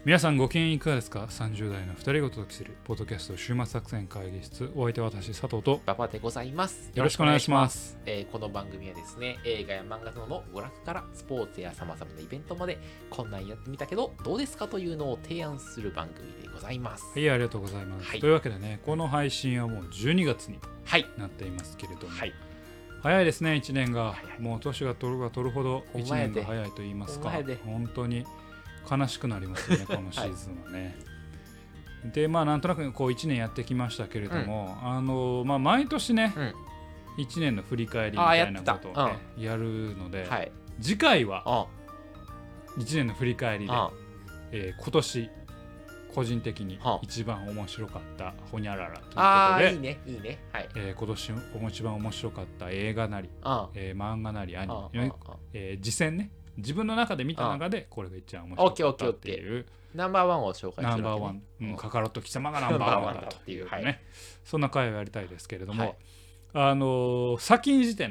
皆さんご機嫌いかがですか。30代の2人がお届けするポッドキャスト週末作戦会議室、お相手は私佐藤と馬場でございます。 よろしくお願いします。 この番組はですね、映画や漫画などの娯楽からスポーツや様々なイベントまでこんなんやってみたけどどうですかというのを提案する番組でございます。 はい、ありがとうございます、というわけでね、この配信はもう12月になっていますけれども、早いですね。1年がもう年が取るが取るほど1年が早いと言いますか、本当に悲しくなりますよねこのシーズンはね。でなんとなくこう1年やってきましたけれども、毎年ね、1年の振り返りみたいなことをねやるので、次回は1年の振り返りで、今年個人的に一番面白かったほにゃららということで、 いいね、 今年一番面白かった映画なり、漫画なりアニメ、次戦ね、自分の中で見た中でこれが一番面白かったっていうナンバーワンを紹介する、 ナンバーワン、カカロット貴様がナンバーワンだというね、そんな会をやりたいですけれども、先んじて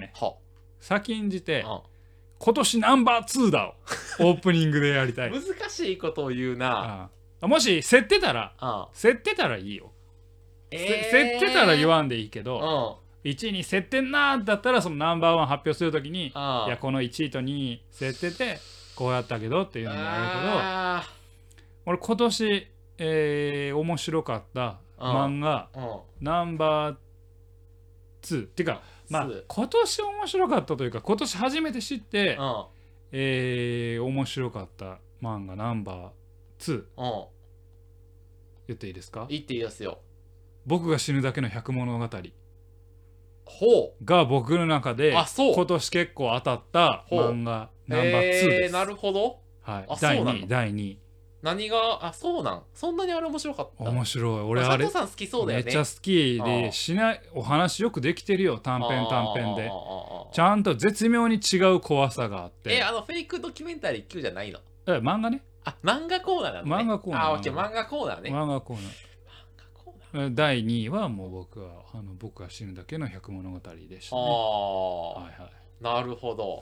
今年ナンバー2だをオープニングでやりたい。 難しいことを言うな。 もし競ってたらいいよ。競ってたら言わんでいいけど、1位に競ってんなーだったら、そのナンバーワン発表するときに、いやこの1位と2位競っててこうやったけどっていうのもあるけど、俺今年、面白かった漫画ナンバー2っていうか、今年面白かったというか、今年初めて知って、面白かった漫画ナンバー2、言っていいですか。 言っていいですよ。 僕が死ぬだけの百物語が僕の中で今年結構当たった漫画ナンバー2です。 なるほど。 第2位。 何がそんなにあれ面白かった。 面白い。俺あれ佐藤さん好きそうだよね。 めっちゃ好きで、お話よくできてるよ。短編でちゃんと絶妙に違う怖さがあって。 フェイクドキュメンタリー級じゃないの。 漫画ね。 漫画コーナーなのね。 漫画コーナー。 オッケー、漫画コーナーね。 漫画コーナー。第2位はもう僕が死ぬだけの百物語でしたね。 なるほど。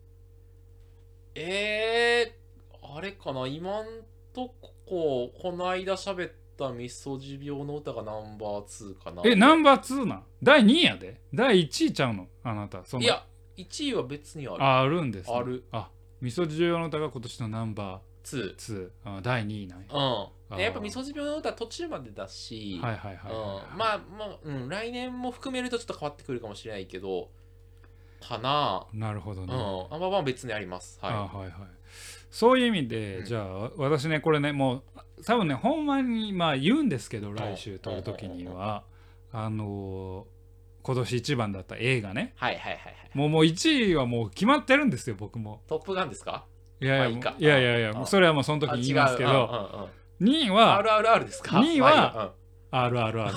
あれかな、今んとここの間喋ったみそじ病の歌がナンバー2かな。 ナンバー2なん第2位やで。第1位ちゃうのあなた。 いや1位は別にある。 あるんです、ね、 ある。 みそじ病の歌が今年のナンバー2、第2位なんや。 やっぱみそじ病の歌途中までだし、来年も含めるとちょっと変わってくるかもしれないけどかな。 なるほどね。 ナンバーワン別にあります。 そういう意味で、じゃあ私ね、これね、もう多分ね、ほんまに言うんですけど、来週撮るときには今年一番だった映画ね、もう1位はもう決まってるんですよ。僕もトップガンですか。 いやそれはもうその時言いますけど、2位は RRR ですか。 2位は RRR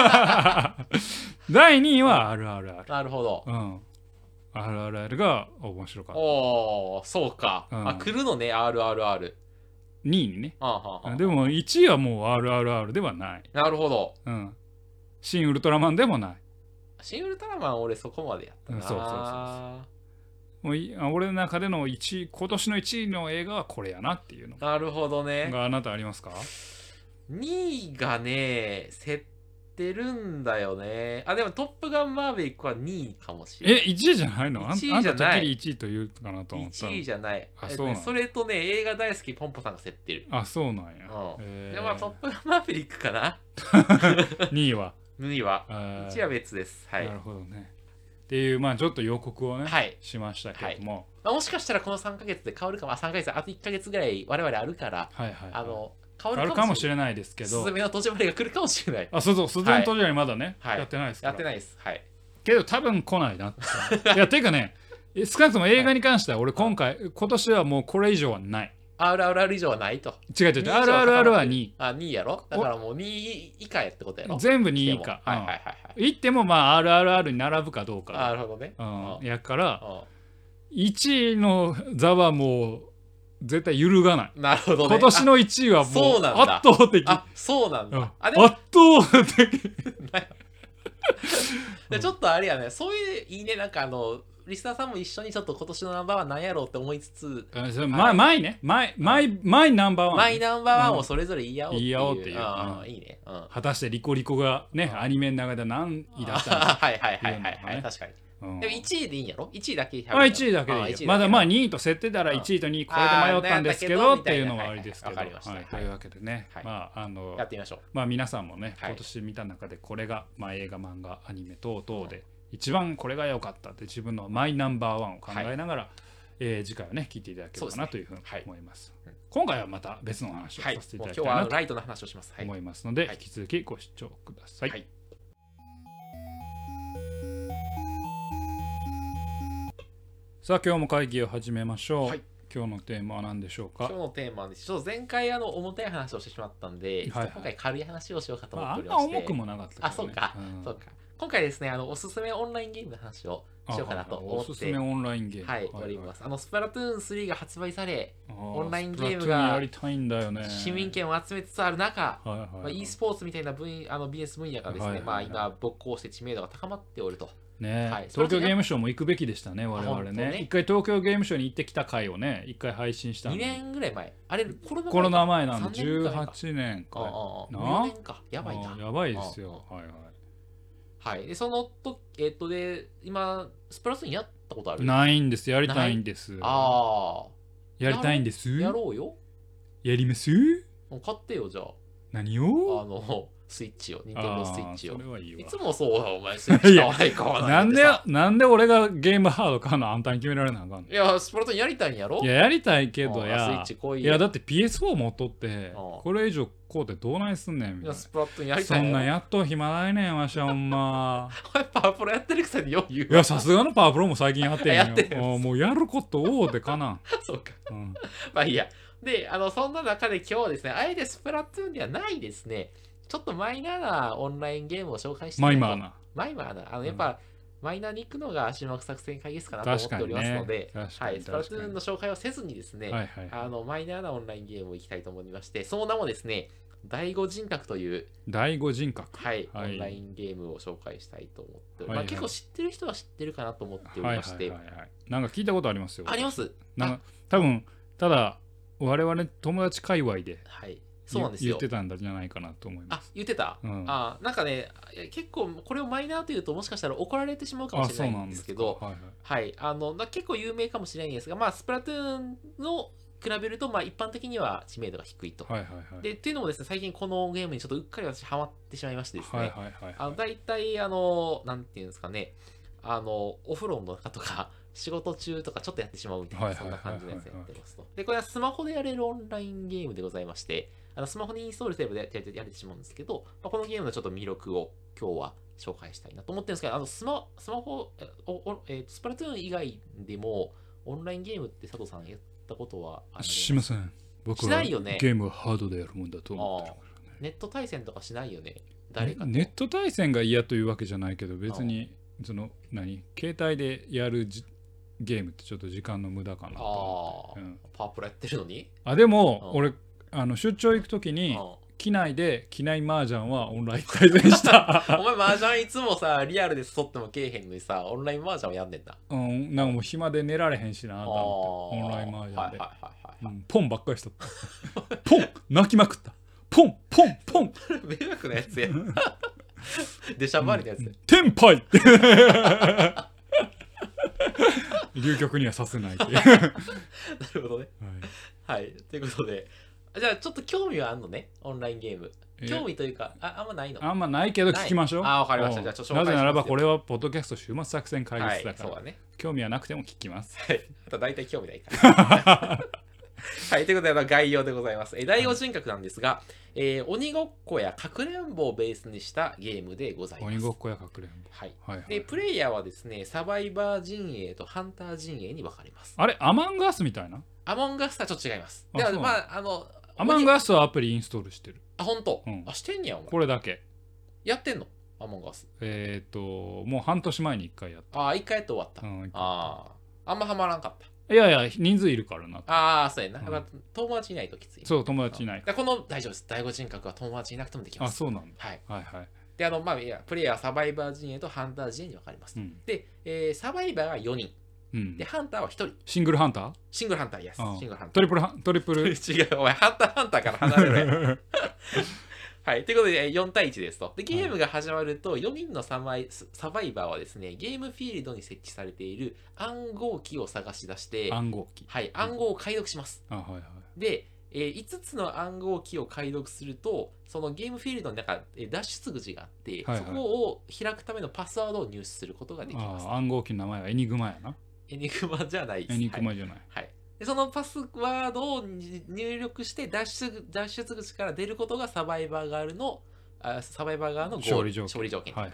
第2位は RRR。 なるほど。 RRR が面白かった。 そうか。来るのね RRR。 2位にね。でも1位はもう RRR ではない。 なるほど。 シン・ウルトラマンでもない。 シン・ウルトラマン俺そこまでやったな。 もう俺の中での今年の1位の映画はこれやなっていうの。 なるほどね。 あなたありますか。 2位がね競ってるんだよね。でもトップガンマーヴェリックは2位かもしれない。 1位じゃないの。 1位じゃない。 あんたてっきり1位と言うかなと思った。 1位じゃない。 それとね、映画大好きポンポさんが競ってる。 そうなんや。 でもトップガンマーヴェリックかな 2位は 1位は別です。 なるほどね。っていうちょっと予告をね、しましたけども、 もしかしたらこの3ヶ月で変わるかも。3ヶ月あと1ヶ月ぐらい我々あるから、 変わるかもしれないですけど、 すずめの戸締まりが来るかもしれない。 すずめの戸締まりまだね、やってないですから。 やってないです。 けど多分来ないなって。いやていうかね、少なくとも映画に関しては俺今年はもうこれ以上はない。 RRR 以上はないと。 違う RRR は2位。 2位やろ。だからもう2位以下やってことやろ。 全部2位以下。いってもRRR に並ぶかどうか。 なるほどね。 やから1位の座はもう絶対揺るがない。 なるほどね。 今年の1位はもう圧倒的。 そうなんだ。 圧倒的。 ちょっとあれやね、そういういいね、なんかリスナーさんも一緒にちょっと今年のナンバーワン何やろうって思いつつ、 マイね、マイナンバーワン、 マイナンバーワンをそれぞれ言い合おうっていう。 言い合おうっていう。 いいね。 果たしてリコリコがね、アニメの中で何位だったのか。 はい確かに。でも1位でいいんやろ ?1 位だけ 1位だけでいい。まだまあ2位と設定たら1位と2位これで迷ったんですけどっていうのはありですけど。というわけでね、まあやってみましょう。 まあ皆さんもね、今年見た中でこれが映画、漫画、アニメ等々で一番これが良かったって自分のマイナンバーワンを考えながら次回はね聞いていただければなというふうに思います。今回はまた別の話をさせていただきたいなとライトの話をします思いますので、引き続きご視聴ください。さあ今日も会議を始めましょう。今日のテーマは何でしょうか。 今日のテーマはちょっと前回重たい話をしてしまったんで、今回軽い話をしようかと思っておりまして。 あんま重くもなかったけどね。 そうか。今回ですね、おすすめオンラインゲームの話をしようかなと思って。 おすすめオンラインゲーム。 おります。スプラトゥーン3が発売され、オンラインゲームが市民権を集めつつある中、e スポーツみたいなビジネス分野がですね、今勃興して知名度が高まっておると。 東京ゲームショウも行くべきでしたね、我々ね。一回東京ゲームショウに行ってきた回をね、一回配信した 2年ぐらい前。あれ、 コロナ前なんで、18年か。 4年か。やばいな。 やばいですよ。 で、その時、今、スプラトゥーンやったことある？ ないんです、やりたいんです。やりたいんです。 やろうよ。 やります？ 買ってよ、じゃあ。 何を？ スイッチを、ニンテンドースイッチを。 いつもそうだ、お前、スイッチ買わないか。 なんで俺がゲームハード買うのあんたに決められなあかんの？ いや、スプラトゥーンやりたいんやろ？ いや、やりたいけどや。 スイッチ来いよ。 いや、だって PS4 持っとって、これ以上こうってどうないすんねんみたいな。 スプラトゥーンやりたい。 そんなんやっと暇ないねん、わしはほんま。 パワープロやってるくせによう言う。 いや、さすがのパワープロも最近やってんよ。もうやること多うてかな。 そうか。まあいいや。で、そんな中で今日はですね、あえてスプラトゥーンではないですね、ちょっとマイナーなオンラインゲームを紹介してマイマーな。 やっぱ、マイナーに行くのが足幕作戦会議室かなと思っておりますので、スプラトゥーンの紹介をせずにですね、マイナーなオンラインゲームを行きたいと思いまして、その名もですね、第五人格という第五人格、 オンラインゲームを紹介したいと思っております。結構知ってる人は知ってるかなと思っておりまして、 なんか聞いたことありますよ。 あります？ 多分、ただ、我々友達界隈で、 そうなんですよ。 言ってたんじゃないかなと思います。 言ってた？なんかね、結構これをマイナーというともしかしたら怒られてしまうかもしれないんですけど、結構有名かもしれないんですが、スプラトゥーンの比べると一般的には知名度が低いと。でっていうのもですね、最近このゲームにちょっとうっかり私ハマってしまいましてですね、大体なんていうんですかね、お風呂の中とか仕事中とかちょっとやってしまうみたいな、そんな感じのやつやってますと。で、これはスマホでやれるオンラインゲームでございまして、スマホにインストールすればやれてしまうんですけど、このゲームのちょっと魅力を今日は紹介したいなと思ってるんですけど、スマホ、スプラトゥーン以外でもオンラインゲームって佐藤さんやったことはありますか？ しません。僕はゲームはハードでやるもんだと思ってるからね。 ネット対戦とかしないよね、誰かと。 ネット対戦が嫌というわけじゃないけど、別に携帯でやるゲームってちょっと時間の無駄かなと思って。 パワープロやってるのに？ でも俺出張行くときに機内麻雀はオンライン対戦したお前麻雀いつもさリアルで誘ってもけえへんのにさ、オンライン麻雀をやんねんだ。 なんかもう暇で寝られへんしなと思って、オンライン麻雀でポンばっかりしとったポン泣きまくった、ポンポンポン迷惑なやつや出しゃばりのやつテンパイ流局にはさせないっていうなるほどね。ということで、じゃあちょっと興味はあんのね、オンラインゲーム。興味というか、あんまないの？ あんまないけど聞きましょう。 わかりました。じゃあちょっと紹介しますよ。 なぜならばこれはポッドキャスト週末作戦会議室だから、 そうだね、 興味はなくても聞きます。 あと大体興味ないからということで概要でございます。第五人格なんですが、鬼ごっこやかくれんぼをベースにしたゲームでございます。 鬼ごっこやかくれんぼ。 で、プレイヤーはですね、サバイバー陣営とハンター陣営に分かれます。 あれ、アマンガスみたいな？ アマンガスとはちょっと違います。では、 アマンガスはアプリインストールしてる。 本当？してんねや、お前。 これだけ。 やってんの？アマンガス。 もう半年前に1回やった。 1回やって終わった。あんまハマらんかった。 いや人数いるからな。 そうやな。友達いないときつい。 そう、友達いない。 この大丈夫です。第五人格は友達いなくてもできます。 そうなんだ。 はい。 で、まあ、プレイヤーはサバイバー陣営とハンター陣営に分かれます。で、サバイバーが4人。で、ハンターは1人。 シングルハンター？ シングルハンター、イエス。シングルハンター。 トリプル違う、お前、ハンターから離れろよ。はい。ということで、4対1ですと。で、ゲームが始まると、4人のサバイバーはですね、ゲームフィールドに設置されている暗号機を探し出して、 暗号機。 はい。暗号を解読します。 はいはい。 で、5つの暗号機を解読すると、そのゲームフィールドの中、脱出口があって、そこを開くためのパスワードを入手することができます。 暗号機の名前はエニグマやな。 エニグマじゃないです。 エニグマじゃない。 はい。でそのパスワードを入力して脱出口から出ることがサバイバー側の勝利条件、はいはい、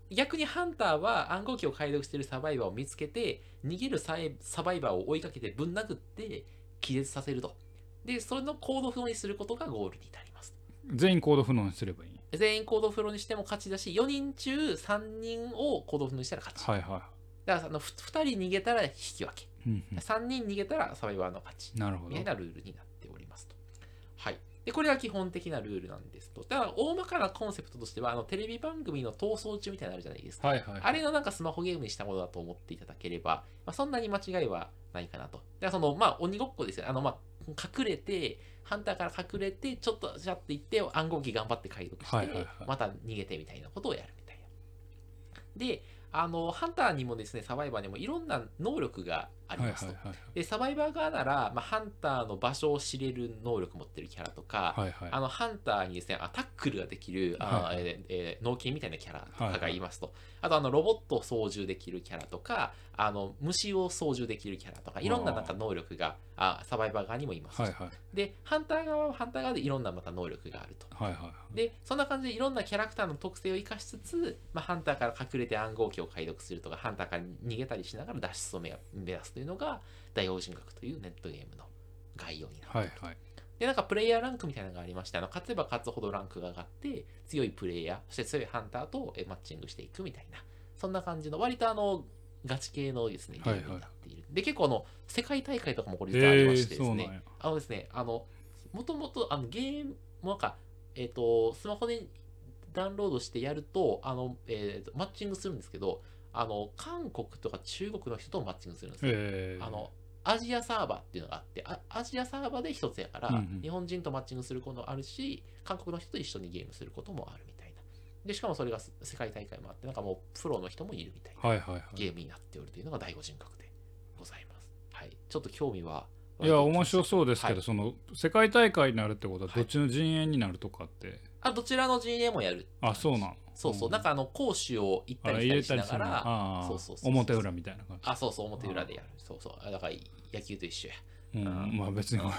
逆にハンターは暗号機を解読しているサバイバーを見つけて逃げるサバイバーを追いかけてぶん殴って気絶させると。でそれのコード不能にすることがゴールになります。 全員コード不能にすればいい？ 全員コード不能にしても勝ちだし、4人中3人をコード不能にしたら勝ち。 はいはい。 だから2人逃げたら引き分け、3人逃げたらサバイバーの勝ち。 なるほど。 みたいなルールになっておりますと。はい。で、これが基本的なルールなんですと。だから、大まかなコンセプトとしては、テレビ番組の逃走中みたいなのあるじゃないですか。 はいはいはい、 あれのなんかスマホゲームにしたものだと思っていただければ、まあ、そんなに間違いはないかなと。だから、まあ、鬼ごっこですよ。隠れて、ハンターから隠れて、ちょっとシャッていって、暗号機頑張って解読して、また逃げてみたいなことをやるみたいな。で、ハンターにもですね、サバイバーにもいろんな能力がありますと。で、サバイバー側なら、ハンターの場所を知れる能力を持ってるキャラとか、ハンターにですね、タックルができる、脳筋みたいなキャラとかがいますと。あと、ロボットを操縦できるキャラとか、虫を操縦できるキャラとか、いろんななんか能力がサバイバー側にもいます。で、ハンター側はハンター側でいろんなまた能力があると。で、そんな感じでいろんなキャラクターの特性を生かしつつ、ハンターから隠れて暗号機を解読するとか、ハンターから逃げたりしながら脱出を目指すというのが、大王人格というネットゲームの概要になっています。で、なんかプレイヤーランクみたいなのがありまして、勝てば勝つほどランクが上がって、強いプレイヤー、そして強いハンターとマッチングしていくみたいな、そんな感じの、割とガチ系のですね、ゲームになっている。で、結構世界大会とかもこれ実はありましてですね、ですね、もともとゲーム、なんか、スマホでダウンロードしてやると、マッチングするんですけど、韓国とか中国の人とマッチングするんですよ。アジアサーバーっていうのがあって、アジアサーバーで一つやから、日本人とマッチングすることもあるし、韓国の人と一緒にゲームすることもあるみたいな。で、しかもそれが世界大会もあって、なんかもうプロの人もいるみたいなゲームになっておるというのが第五人格でございます。はい。ちょっと興味は。 いや、面白そうですけど、その世界大会になるってことは、どっちの陣営になるとかって。 どちらの陣営もやる。 あ、そうなの。 そうそう。なんか攻守を行ったり来たりしながら、 そうそうそう。表裏みたいな感じ。 そうそう、表裏でやる。そうそう。だから野球と一緒や。 まあ別に。はい。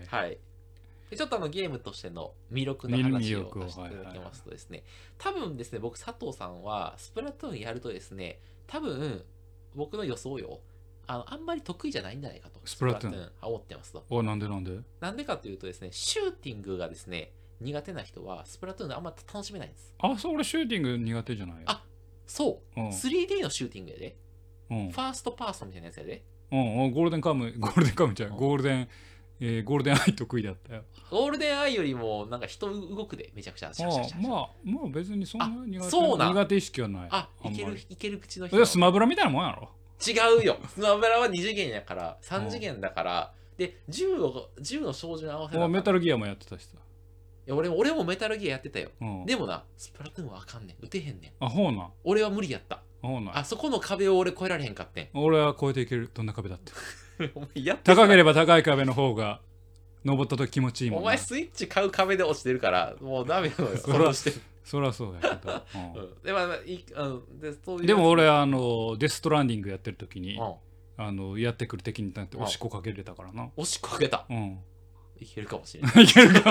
はい。ちょっとゲームとしての魅力の話をさせていただきますとですね、多分ですね、僕、佐藤さんはスプラトゥーンやるとですね、多分僕の予想よ。あんまり得意じゃないんじゃないかと。 スプラトゥーン。 思ってますと。 なんでなんでかというとですね、シューティングがですね、苦手な人はスプラトゥーンあんま楽しめないんです。 そう、俺シューティング苦手じゃないよ。 そう。3D のシューティングやで。ファーストパーソンみたいなやつやで。 ゴールデンカムじゃん。ゴールデンアイ得意だったよ。 ゴールデンアイよりもなんか人動くでめちゃくちゃ。 まあ別にそんな苦手意識はない。 いける口の人。 スマブラみたいなもんやろ。 違うよ。スマブラは2次元やから、3次元だから、で、銃の照準合わせな。 メタルギアもやってたしさ。 いや俺もメタルギアやってたよ。でもな、スプラトゥーンはあかんねん。撃てへんねん。 ほうな。 俺は無理やった。そこの壁を俺越えられへんかってん。 俺は越えていける。どんな壁だって。 高ければ高い壁の方が登った時気持ちいいもん。 お前スイッチ買う壁で落ちてるから、もうダメなのよ。 そりゃそうやけど。 でも俺デストランディングやってる時にやってくる敵に対しておしっこかけれたからな。 おしっこかけた。いけるかもしれない。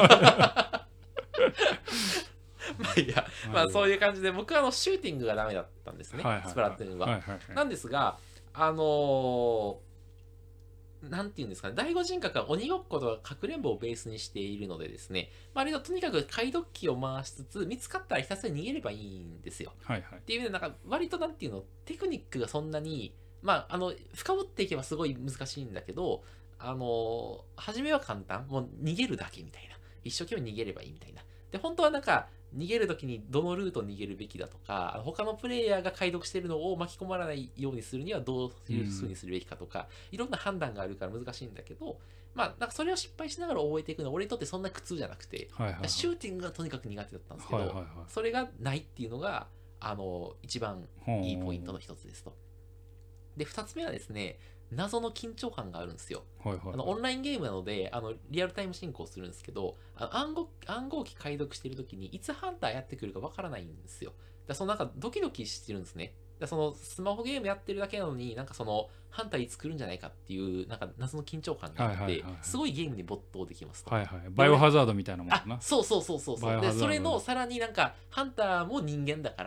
まあいいや、そういう感じで僕はシューティングがダメだったんですね、スプラトゥーンは。なんですが、なんていうんですかね、第五人格は鬼ごっことかかくれんぼをベースにしているのでですね、割ととにかく解読機を回しつつ、見つかったらひたすら逃げればいいんですよ。っていう意味で、なんか割となんていうの、テクニックがそんなに、深掘っていけばすごい難しいんだけど、初めは簡単、もう逃げるだけみたいな。一生懸命逃げればいいみたいな。で、本当はなんか、 逃げるときにどのルートを逃げるべきだとか、他のプレイヤーが解読しているのを巻き込まないようにするにはどういうふうにするべきかとか、いろんな判断があるから難しいんだけど、まあ、なんかそれを失敗しながら覚えていくのは俺にとってそんな苦痛じゃなくて、シューティングがとにかく苦手だったんですけど、それがないっていうのが一番いいポイントの一つですと。で、2つ目はですね、謎の緊張感があるんですよ。オンラインゲームなのでリアルタイム進行するんですけど、暗号機解読してるときにいつハンターやってくるかわからないんですよ。そのなんかドキドキしてるんですね。そのスマホゲームやってるだけなのに、なんかそのハンターいつ来るんじゃないかっていうなんか謎の緊張感があって、すごいゲームに没頭できますと。 バイオハザードみたいなもんな。 そうで、それのさらになんかハンターも人間だから、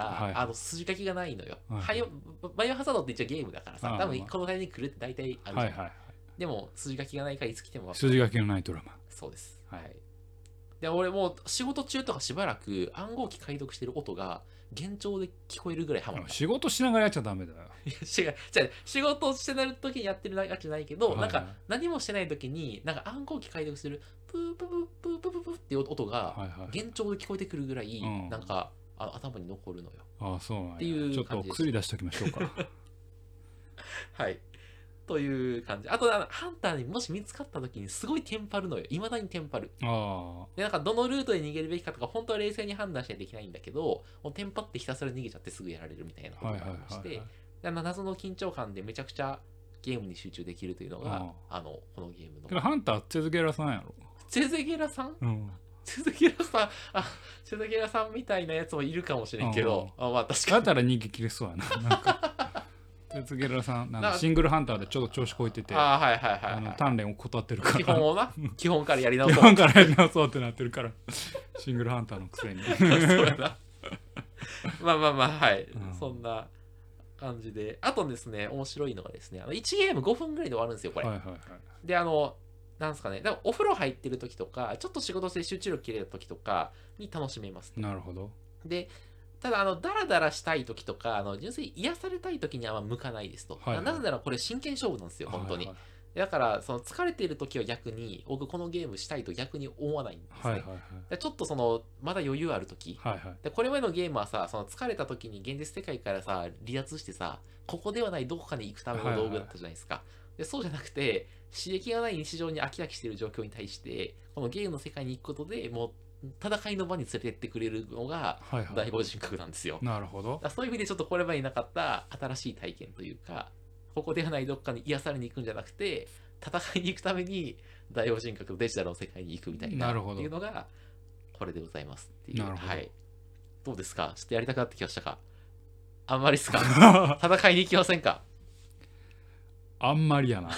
筋書きがないのよ。バイオハザードって一応ゲームだからさ、多分このタイミング来るって大体あるじゃん。でも筋書きがないからいつ来ても分かる。 筋書きのないドラマ。 そうです。はい。で、俺もう仕事中とかしばらく暗号機解読してる音が幻聴で聞こえるぐらいハマった。 仕事しながらやっちゃダメだよ。 違う、仕事してる時にやってるわけじゃないけど、なんか何もしてない時になんか暗号機解読するプープープープープープーっていう音が幻聴で聞こえてくるぐらいなんか頭に残るのよ。 ああ、そうなんや。 っていうちょっと薬出しておきましょうか。 はい。という感じ。あとハンターにもし見つかった時にすごいテンパるのよ。未だにテンパる。で、なんかどのルートで逃げるべきかとか本当は冷静に判断しないといけないんだけど、もうテンパってひたすら逃げちゃってすぐやられるみたいなことがありまして、謎の緊張感でめちゃくちゃゲームに集中できるというのがこのゲームの。 けどハンターチェズゲラさんやろ。 チェズゲラさん？チェズゲラさん、チェズゲラさんみたいなやつもいるかもしれんけど、まあ確かに。 だったら人気切れそうやな。なんかチェズゲラさんなんかシングルハンターでちょっと調子こいてて、鍛錬を断ってるから。 基本からやり直そう。 基本からやり直そうってなってるから、シングルハンターのくせに。 そうやな。まあはい、そんな感じで、あとですね、面白いのがですね、1ゲーム5分ぐらいで終わるんですよ、これ。で、なんですかね、だからお風呂入ってる時とか、ちょっと仕事して集中力切れた時とかに楽しめます。 なるほど。 で、ただダラダラしたい時とか純粋に癒されたい時には向かないですと。なぜならこれ真剣勝負なんですよ、本当に。だからその疲れている時は逆に僕このゲームしたいと逆に思わないんですね。ちょっとまだ余裕ある時、でこれまでのゲームはさ、その疲れた時に現実世界からさ離脱してさ、ここではないどこかに行くための道具だったじゃないですか。でそうじゃなくて、刺激がない日常に飽き飽きしている状況に対してこのゲームの世界に行くことでもう戦いの場に連れてってくれるのが第5人格なんですよ。 なるほど。 そういう意味でちょっとこれまでになかった新しい体験というか、ここではないどっかに癒されに行くんじゃなくて、戦いに行くために第5人格のデジタルの世界に行くみたいなっていうのがこれでございますっていう。はい。どうですか？ちょっとやりたくなってきましたか？あんまりですか？戦いに行きませんか？ あんまりやな。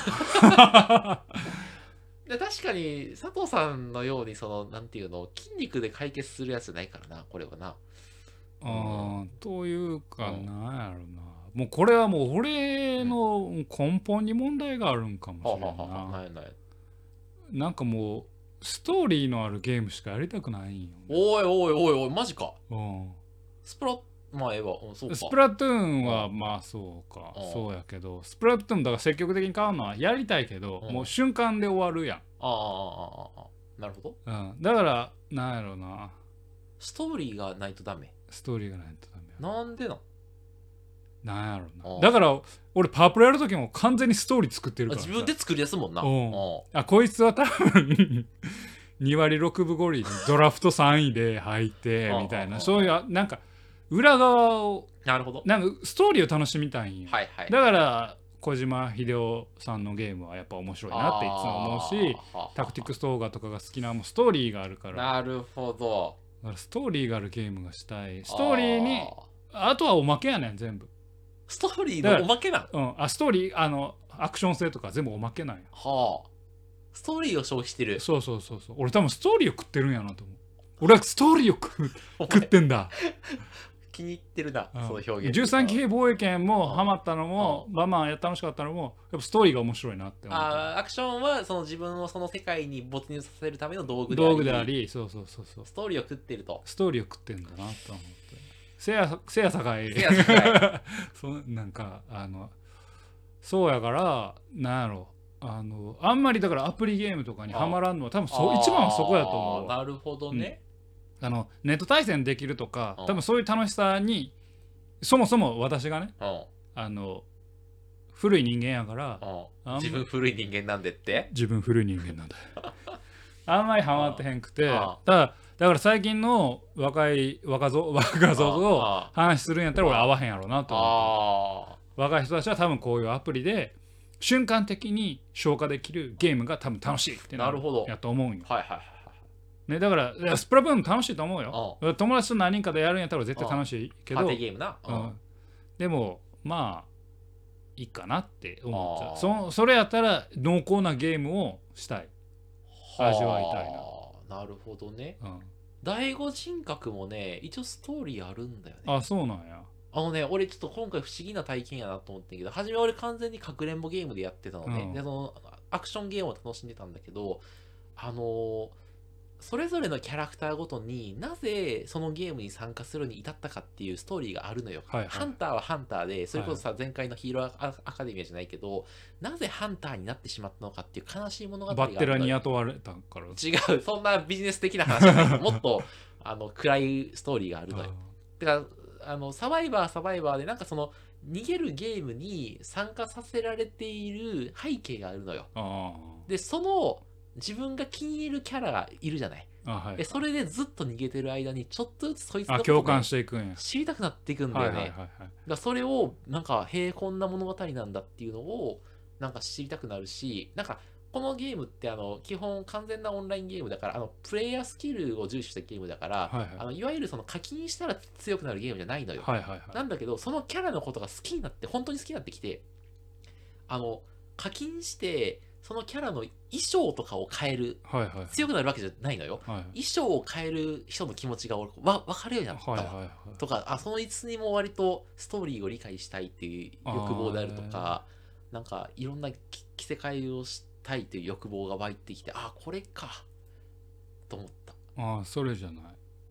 で確かに佐藤さんのようになんていうの筋肉で解決するやつじゃないからな、これはな。 というかなんやろな、もうこれはもう俺の根本に問題があるんかもしれんな。なんかもうストーリーのあるゲームしかやりたくないんよ、ね。 おいマジか。スプラまあそうか。 スプラトゥーンはまあそうか、そうやけど、スプラトゥーンだから積極的に買うのはやりたいけど、もう瞬間で終わるやん。 なるほど。 だからなんやろな、 ストーリーがないとダメ。 ストーリーがないとダメ。 なんでなんやろな。だから俺パワープロやる時も完全にストーリー作ってるからさ。 自分で作りやすもんな。 こいつは多分2割6分5厘ドラフト3位で入ってみたいな、そういうなんか裏側を、 なるほど、 なんかストーリーを楽しみたいんよ。だから小島秀夫さんのゲームはやっぱ面白いなっていつも思うし、タクティクストーガとかが好きなもストーリーがあるから。 なるほど。 だからストーリーがあるゲームがしたい。ストーリーにあとはおまけやねん全部。 ストーリーのおまけなん？ ストーリーアクション性とか全部おまけなんや。 ストーリーを消費してる。 そう俺多分ストーリーを食ってるんやなと思う。俺はストーリーを食ってんだ。 気に入ってるな、その表現。 13騎兵防衛権もハマったのもまあまあ楽しかったのもやっぱストーリーが面白いなって思う。 アクションは自分をその世界に没入させるための道具であり、そうストーリーを食ってると。 ストーリーを食ってんだなと思って。せやさかいなんかそうやからなんやろ、あんまりだからアプリゲームとかにハマらんのは多分一番はそこやと思う。 なるほどね。 ネット対戦できるとか、多分そういう楽しさにそもそも私がね、古い人間やから、 自分古い人間なんでって自分古い人間なんだあんまりハマってへんくて、だから最近の若造を話するんやったら俺合わへんやろうなと思って、若い人たちは多分こういうアプリで瞬間的に消化できるゲームが多分楽しいってなるやと思うんよ。ね、だからスプラトゥーンも楽しいと思うよ。友達と何人かでやるんやったら絶対楽しいけど、 パーティーゲームな、 でもまあいいかなって思っちゃう。それやったら濃厚なゲームをしたい、味わいたいな。なるほどね。第五人格もね一応ストーリーあるんだよね。 あ、そうなんや。 俺ちょっと今回不思議な体験やなと思ってんけど、初め俺完全にかくれんぼゲームでやってたのね、でそのアクションゲームを楽しんでたんだけど、それぞれのキャラクターごとになぜそのゲームに参加するに至ったかっていうストーリーがあるのよ。ハンターはハンターで、それこそさ、前回のヒーローアカデミアじゃないけど、なぜハンターになってしまったのかっていう悲しい物語があるのよ。 バッテラに雇われたから。 違う、そんなビジネス的な話じゃないもっと暗いストーリーがあるのよ。だからサバイバーでなんかその逃げるゲームに参加させられている背景があるのよ。でその自分が気に入るキャラがいるじゃない。それでずっと逃げてる間にちょっとずつそいつのこと共感していくんや、 知りたくなっていくんだよね。それをなんかこんな物語なんだっていうのをなんか知りたくなるし、なんかこのゲームって基本完全なオンラインゲームだから、プレイヤースキルを重視したゲームだから、いわゆるその課金したら強くなるゲームじゃないのよ。なんだけどそのキャラのことが好きになって、本当に好きになってきて、課金してそのキャラの衣装とかを変える、強くなるわけじゃないのよ、衣装を変える人の気持ちが分かるようになったわ、とか、そのいつにも割とストーリーを理解したいっていう欲望であるとか、なんかいろんな着せ替えをしたいという欲望が湧いてきて、これかと思った。 それじゃない。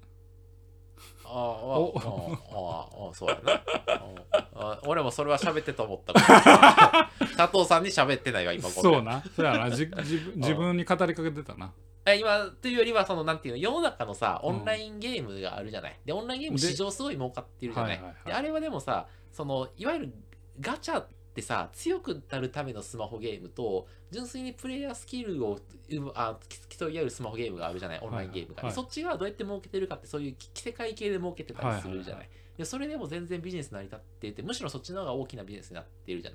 そうやな。俺もそれは喋ってと思った佐藤さんに喋ってないわ今。 そうな、そうやな。自分に語りかけてたな。 今というよりはなんていうの、世の中のさオンラインゲームがあるじゃない。でオンラインゲーム市場すごい儲かってるじゃない。であれはでもさ、いわゆるガチャってさ、強くなるためのスマホゲームと純粋にプレイヤースキルを競い合うスマホゲームがあるじゃない、オンラインゲームが。そっちがどうやって儲けてるかって、そういう着せ替え系で儲けてたりするじゃない。でそれでも全然ビジネス成り立っていて、むしろそっちの方が大きなビジネスになっているじゃない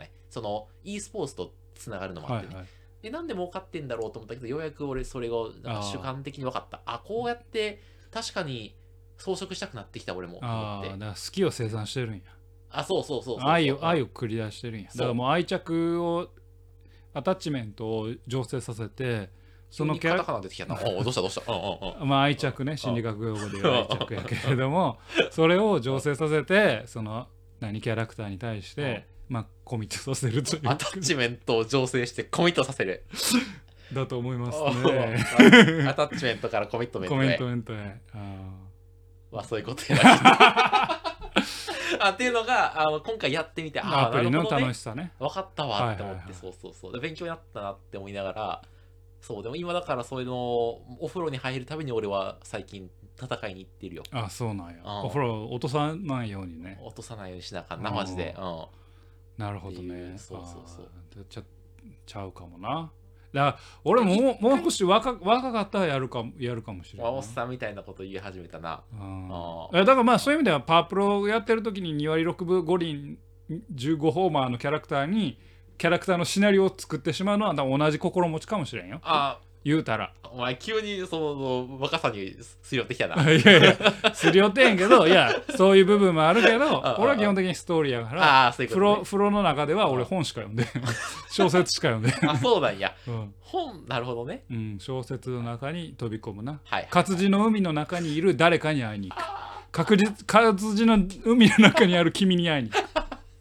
。e スポーツとつながるのもあってね。でなんで儲かってんだろうと思ったけど、ようやく俺それがなんか主観的に分かった。こうやって確かに装飾したくなってきた俺も。だから好きを生産してるんや。 そう愛を繰り出してるんや。だからもう愛着を、アタッチメントを醸成させて、 そのキャラクター出てきたな。どうしたまあ愛着ね、心理学用語で言う愛着やけれども、それを醸成させて、キャラクターに対してコミットさせるという、 アタッチメントを醸成してコミットさせるだと思いますね。 アタッチメントからコミットメントへ。そういうことやなっていうのが今回やってみて、 アプリの楽しさね、 分かったわって思って、そうで勉強になったなって思いながら、でも今だからそういうのお風呂に入るたびに俺は最近戦いに行ってるよ。 そうなんや。お風呂落とさないようにね。 落とさないようにしなあかんなマジで。 なるほどね。ちゃうかもな。だから俺ももう少し若かったらやるかもしれない。 おっさんみたいなこと言い始めたな。 だからそういう意味ではパワープロやってる時に2割6分5厘15ホーマーのキャラクターのシナリオを作ってしまうのは同じ心持ちかもしれんよ。言うたらお前急に若さにすり寄ってきたな。 いやすり寄ってへんけど、いやそういう部分もあるけど俺は基本的にストーリーやから、風呂の中では俺本しか読んで小説しか読んでそうなんや、本。なるほどね。 小説の中に飛び込むな、活字の海の中にいる誰かに会いに行く、活字の海の中にある君に会いに行く。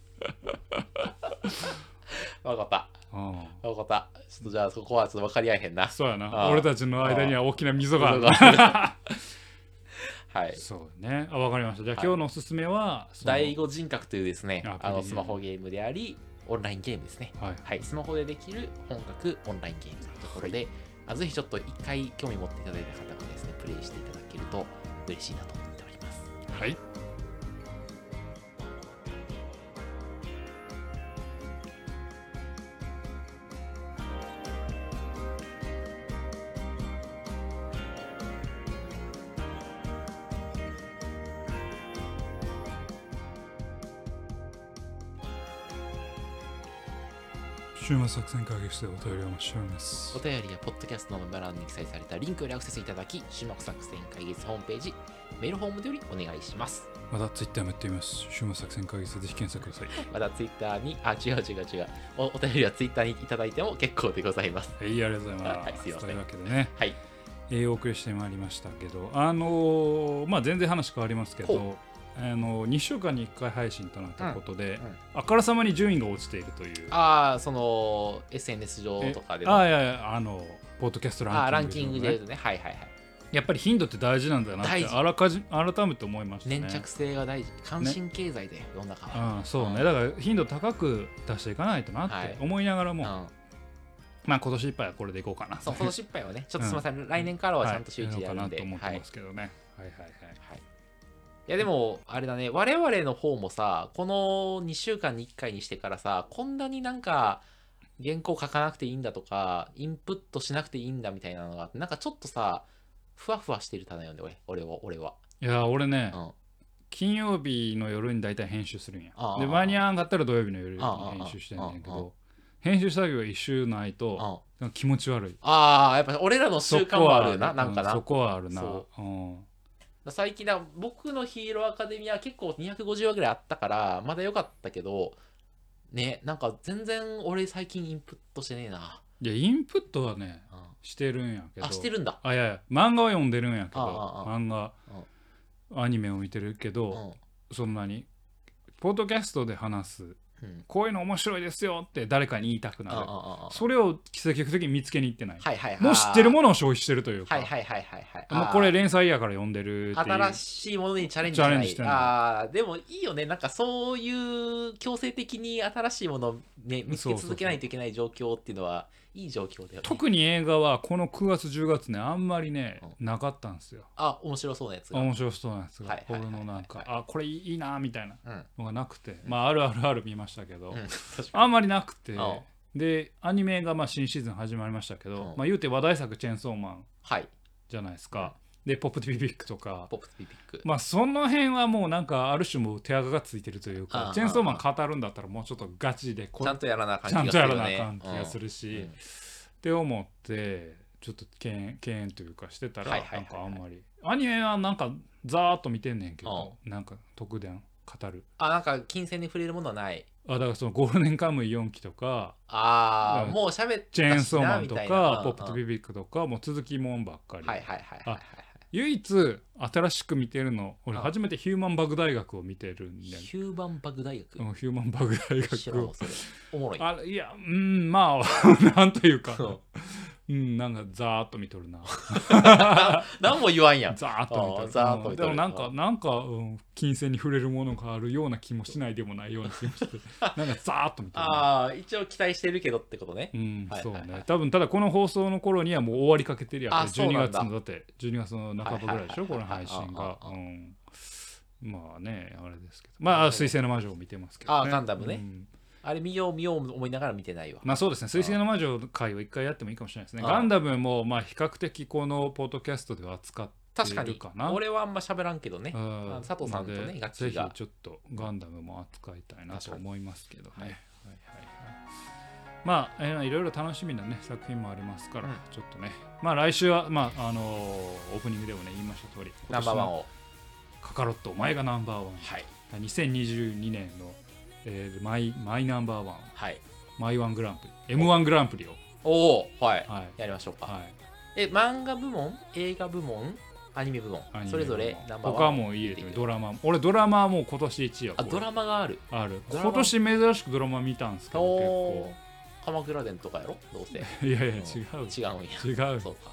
分かった。分かった。ちょっとじゃあそこはちょっと分かり合えへんな。 そうやな。俺たちの間には大きな溝がある。 はい。 そうね。分かりました。じゃあ今日のおすすめは第五人格というですね、スマホゲームでありオンラインゲームですね。はい。スマホでできる本格オンラインゲームというところで、ぜひちょっと一回興味持っていただいた方はですね、プレイしていただけると嬉しいなと思っております。 はい。週末作戦会議室でお便りをお待ちしております。 お便りやポッドキャストのメモ欄に記載されたリンクよりアクセスいただき、週末作戦会議室ホームページ、メールフォームよりお願いします。 まだツイッターもやっています。週末作戦会議室でぜひ検索ください。 まだツイッターに、違う。お便りはツイッターにいただいても結構でございます。 はい、ありがとうございます。 はい、すいません。 というわけでね、 はい。 お送りしてまいりましたけど、まあ全然話変わりますけど、2週間に1回配信となったことで、あからさまに順位が落ちているという。 その SNS 上とかでも。いやポッドキャストランキングで言うとね。はい。 やっぱり頻度って大事なんだなって改めて思いましたね。 粘着性が大事。関心経済で世の中は。 そうね。だから頻度高く出していかないとなって思いながらも、まあ今年いっぱいはこれでいこうかな。 そう、今年いっぱいはね、ちょっとすみません、来年からはちゃんと週1でやるんで。 と思ってますけどね。はい。 いやでもあれだね、我々の方もさ、この2週間に1回にしてからさ、こんなになんか原稿書かなくていいんだとか、インプットしなくていいんだみたいなのがあって、なんかちょっとさ、ふわふわしてるただよね、俺は。 いや俺ね、金曜日の夜に大体編集するんや。で間に合わんかったら土曜日の夜に編集してんねんけど、編集作業が一周ないと気持ち悪い。 やっぱ俺らの習慣はあるな、なんかな。 そこはあるな。 最近僕のヒーローアカデミア結構250話ぐらいあったからまだ良かったけどね、なんか全然俺最近インプットしてねえな。 いやインプットはね、してるんやけど。 してるんだ。 いや漫画は読んでるんやけど、漫画、アニメを見てるけど、そんなにポッドキャストで話す、こういうの面白いですよって誰かに言いたくなる。それを積極的に見つけに行ってない。もう知ってるものを消費してるというか、もうこれ連載やから読んでるっていう。 新しいものにチャレンジしてない。でもいいよね、なんかそういう強制的に新しいものを、ね、見つけ続けないといけない状況っていうのはいい状況だよね。 特に映画はこの9月10月ねあんまりね、なかったんですよ。 面白そうなやつが。面白そうなやつが。このなんかこれいいなみたいなのがなくて、まあある見ましたけど、あんまりなくて、でアニメがまあ新シーズン始まりましたけど、まあ言うて話題作チェーンソーマンじゃないですか。でポップティピピックとか、まあその辺はもうなんかある種もう手垢がついてるというか、チェーンソーマン語るんだったらもうちょっとガチでちゃんとやらなあかん気がするし、って思ってちょっと敬遠というかしてたら、なんかあんまりアニメはなんかざーっと見てんねんけど、なんか特段語るなんか金銭に触れるものはない。 だからそのゴールデンカムイ4期とか、 もう喋ったチェーンソーマンとかポップティピピックとかもう続きもんばっかり。唯一新しく見てるの、俺初めてヒューマンバグ大学を見てるんで。 ヒューマンバグ大学。 ヒューマンバグ大学を。 おもろい。 いやまあなんというか、なんかザーッと見とるな。 何も言わんやん。 ザーッと見とる。でもなんか金銭に触れるものがあるような気もしないでもないような気もして、なんかザーッと見とる。 一応期待してるけどってことね。 そうね。多分ただこの放送の頃にはもう終わりかけてるやん。12月のだって12月の半ばぐらいでしょ、この配信が。まあねあれですけど、まあ水星の魔女を見てますけどね。 ガンダムね。あれ見よう思いながら見てないわ。 まあそうですね、水星の魔女会を一回やってもいいかもしれないですね。ガンダムもまあ比較的このポッドキャストでは扱っているかな。 確かに俺はあんま喋らんけどね、佐藤さんとねガチがぜひちょっとガンダムも扱いたいなと思いますけどね。まあいろいろ楽しみなね作品もありますから、ちょっとねまあ来週はまあオープニングでもね言いました通りナンバーワンをカカロットお前がナンバーワン、2022年のマイナンバーワン、マイワングランプリ M1 グランプリをやりましょうか。漫画部門、映画部門、アニメ部門、それぞれナンバーワン。 他もいいですね。ドラマ、俺ドラマはもう今年1位や。 ドラマがある。 今年珍しくドラマ見たんですけど、結構鎌倉殿とかやろ、どうせ。 いや違うんや。 違う。そうか。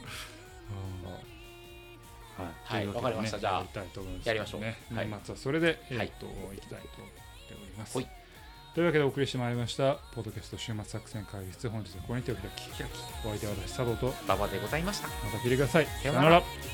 はい、わかりました。じゃあやりましょう。 年末はそれでいきたいと思っております。というわけでお送りしてまいりましたポッドキャスト週末作戦会議室、本日はここに手を開き、お相手は私佐藤と馬場でございました。 また聞いてください。 さよなら。